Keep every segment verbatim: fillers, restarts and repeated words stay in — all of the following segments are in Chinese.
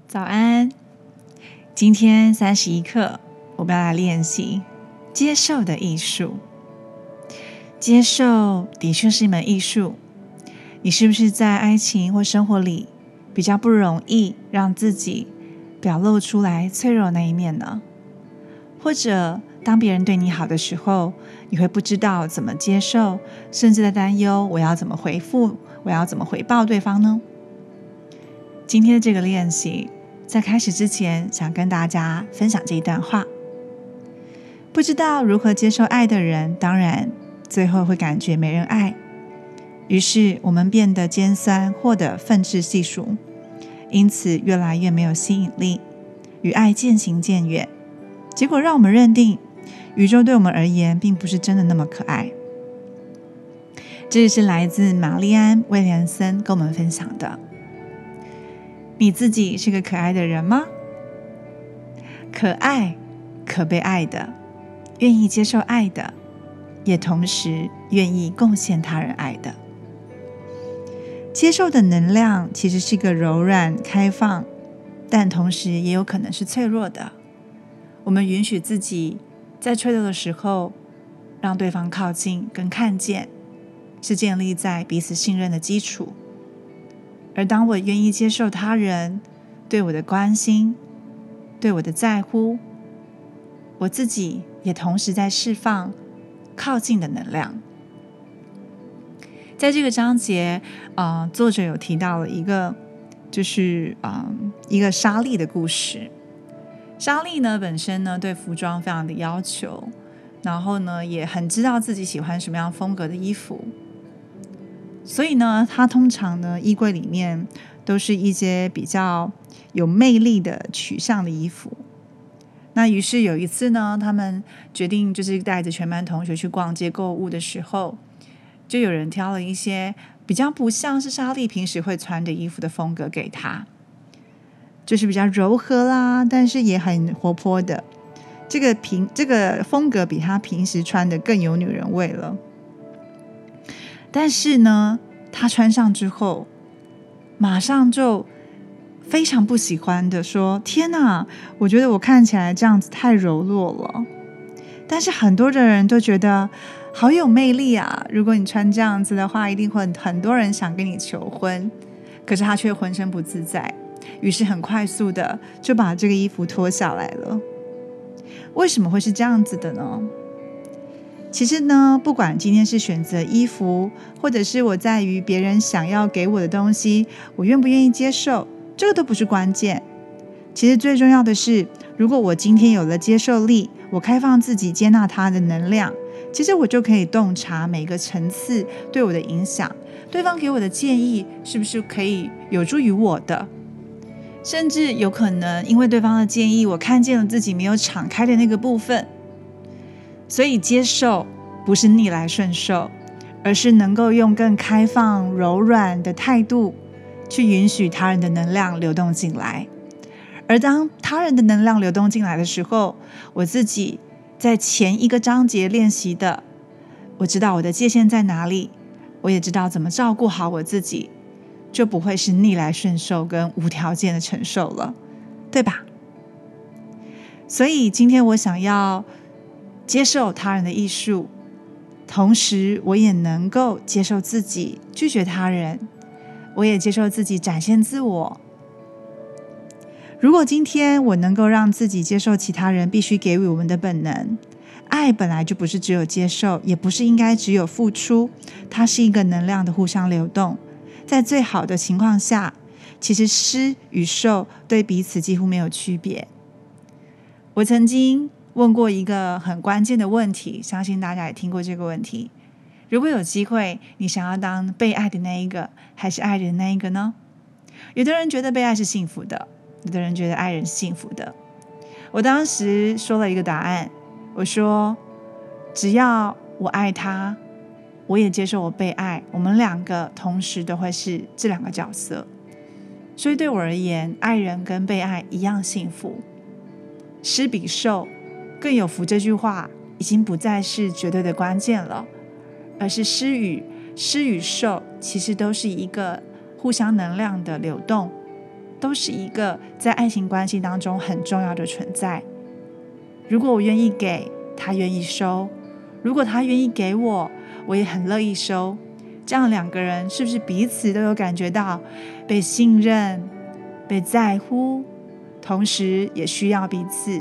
早安，今天三十一课，我们要来练习接受的艺术。接受的确是一门艺术。你是不是在爱情或生活里比较不容易让自己表露出来脆弱的那一面呢？或者当别人对你好的时候，你会不知道怎么接受，甚至在担忧我要怎么回复，我要怎么回报对方呢？今天的这个练习在开始之前，想跟大家分享这一段话。不知道如何接受爱的人，当然最后会感觉没人爱，于是我们变得尖酸或者愤世嫉俗，因此越来越没有吸引力，与爱渐行渐远。结果让我们认定宇宙对我们而言并不是真的那么可爱。这是来自玛丽安·威廉森跟我们分享的。你自己是个可爱的人吗？可爱，可被爱的，愿意接受爱的，也同时愿意贡献他人爱的。接受的能量其实是一个柔软、开放，但同时也有可能是脆弱的。我们允许自己在脆弱的时候，让对方靠近跟看见，是建立在彼此信任的基础。而当我愿意接受他人对我的关心，对我的在乎，我自己也同时在释放靠近的能量。在这个章节，呃，作者有提到了一个，就是、呃、一个莎莉的故事。莎莉呢本身呢对服装非常的要求，然后呢也很知道自己喜欢什么样风格的衣服。所以呢，他通常呢，衣柜里面都是一些比较有魅力的取向的衣服。那于是有一次呢，他们决定就是带着全班同学去逛街购物的时候，就有人挑了一些比较不像是莎莉平时会穿的衣服的风格给他，就是比较柔和啦，但是也很活泼的。这个平这个风格比他平时穿的更有女人味了。但是呢，他穿上之后，马上就非常不喜欢的说：天哪，我觉得我看起来这样子太柔弱了。但是很多的人都觉得好有魅力啊，如果你穿这样子的话，一定会很多人想跟你求婚。可是他却浑身不自在，于是很快速的就把这个衣服脱下来了。为什么会是这样子的呢？其实呢，不管今天是选择衣服，或者是我在于别人想要给我的东西，我愿不愿意接受，这个都不是关键。其实最重要的是，如果我今天有了接受力，我开放自己接纳它的能量，其实我就可以洞察每个层次对我的影响，对方给我的建议是不是可以有助于我的，甚至有可能因为对方的建议，我看见了自己没有敞开的那个部分。所以接受不是逆来顺受，而是能够用更开放柔软的态度去允许他人的能量流动进来。而当他人的能量流动进来的时候，我自己在前一个章节练习的，我知道我的界限在哪里，我也知道怎么照顾好我自己，就不会是逆来顺受跟无条件的承受了，对吧？所以今天我想要接受他人的艺术，同时我也能够接受自己拒绝他人，我也接受自己展现自我。如果今天我能够让自己接受其他人必须给予我们的本能，爱本来就不是只有接受，也不是应该只有付出，它是一个能量的互相流动。在最好的情况下，其实施与受对彼此几乎没有区别。我曾经问过一个很关键的问题，相信大家也听过这个问题。如果有机会，你想要当被爱的那一个，还是爱人的那一个呢？有的人觉得被爱是幸福的，有的人觉得爱人是幸福的。我当时说了一个答案，我说只要我爱他，我也接受我被爱，我们两个同时都会是这两个角色。所以对我而言，爱人跟被爱一样幸福。施比受更有福这句话已经不再是绝对的关键了，而是施与施与受其实都是一个互相能量的流动。 都是一个在爱情关系当中很重要的存在。如果我愿意给，他愿意收；如果他愿意给我，我也很乐意收。这样两个人是不是彼此都有感觉到被信任、被在乎，同时也需要彼此？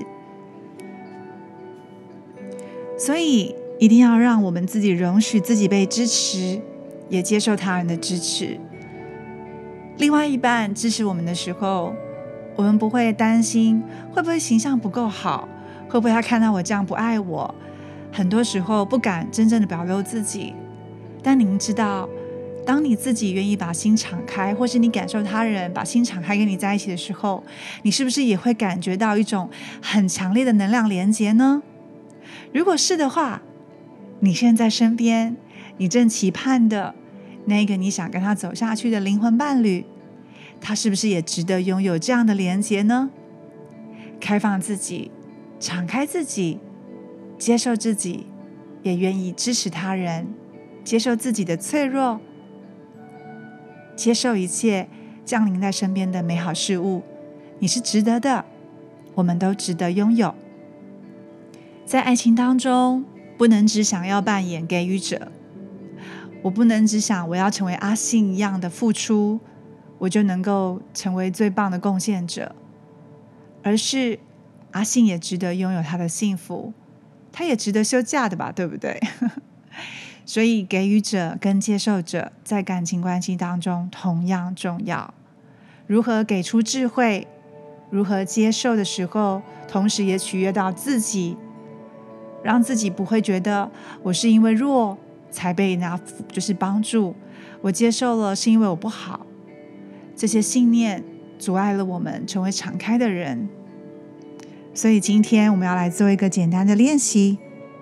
所以一定要让我们自己容许自己被支持，也接受他人的支持。另外一半支持我们的时候，我们不会担心会不会形象不够好，会不会他看到我这样不爱我，很多时候不敢真正的表露自己。但您知道，当你自己愿意把心敞开，或是你感受他人把心敞开跟你在一起的时候，你是不是也会感觉到一种很强烈的能量连结呢？如果是的话，你现在身边你正期盼的那个你想跟他走下去的灵魂伴侣，他是不是也值得拥有这样的连结呢？开放自己，敞开自己，接受自己，也愿意支持他人，接受自己的脆弱，接受一切降临在身边的美好事物。你是值得的，我们都值得拥有。在爱情当中，不能只想要扮演给予者，我不能只想我要成为阿信一样的付出，我就能够成为最棒的贡献者，而是阿信也值得拥有他的幸福，他也值得休假的吧，对不对？所以给予者跟接受者在感情关系当中同样重要。如何给出智慧，如何接受的时候，同时也取悦到自己，让自己不会觉得我是因为弱才被人家就是帮助，我接受了是因为我不好。这些信念阻碍了我们成为敞开的人。所以今天我们要来做一个简单的练习。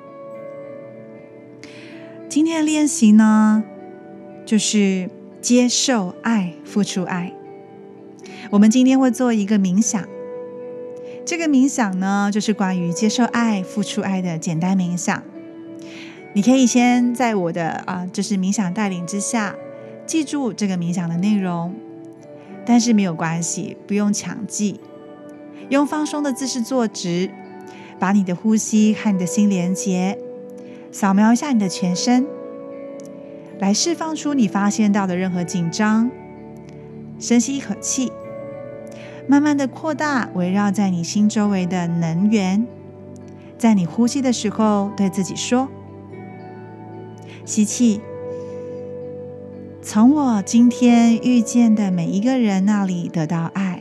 今天的练习呢，就是接受爱，付出爱。我们今天会做一个冥想，这个冥想呢，就是关于接受爱、付出爱的简单冥想。你可以先在我的啊、呃，就是冥想带领之下，记住这个冥想的内容，但是没有关系，不用强记。用放松的姿势坐直，把你的呼吸和你的心连结，扫描一下你的全身，来释放出你发现到的任何紧张。深吸一口气，慢慢的扩大围绕在你心周围的能源。在你呼吸的时候，对自己说：吸气，从我今天遇见的每一个人那里得到爱。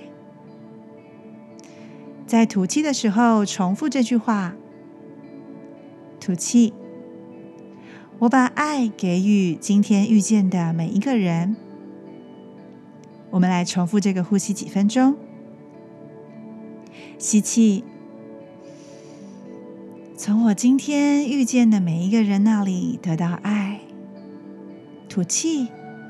在吐气的时候，重复这句话：吐气，我把爱给予今天遇见的每一个人。我们来重复这个呼吸几分钟。吸气，从我今天遇见的每一个人那里得到爱。吐气，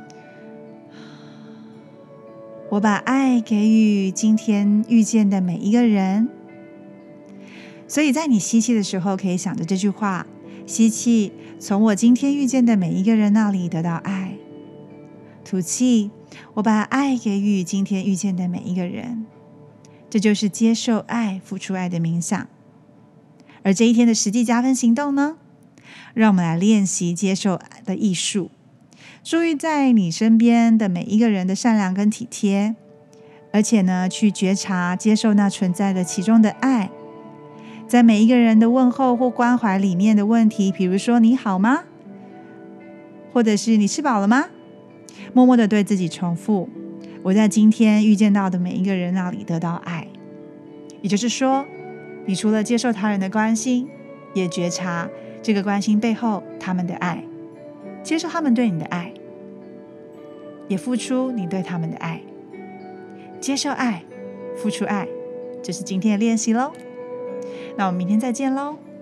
我把爱给予今天遇见的每一个人。所以在你吸气的时候，可以想着这句话：吸气，从我今天遇见的每一个人那里得到爱。吐气，我把爱给予今天遇见的每一个人。这就是接受爱、付出爱的冥想。而这一天的实际加分行动呢，让我们来练习接受的艺术。注意在你身边的每一个人的善良跟体贴，而且呢，去觉察、接受那存在的其中的爱。在每一个人的问候或关怀里面的问题，比如说你好吗？或者是你吃饱了吗？默默的对自己重复：我在今天遇见到的每一个人那里得到爱。也就是说，你除了接受他人的关心，也觉察这个关心背后他们的爱，接受他们对你的爱，也付出你对他们的爱。接受爱，付出爱，这是今天的练习咯。那我们明天再见咯。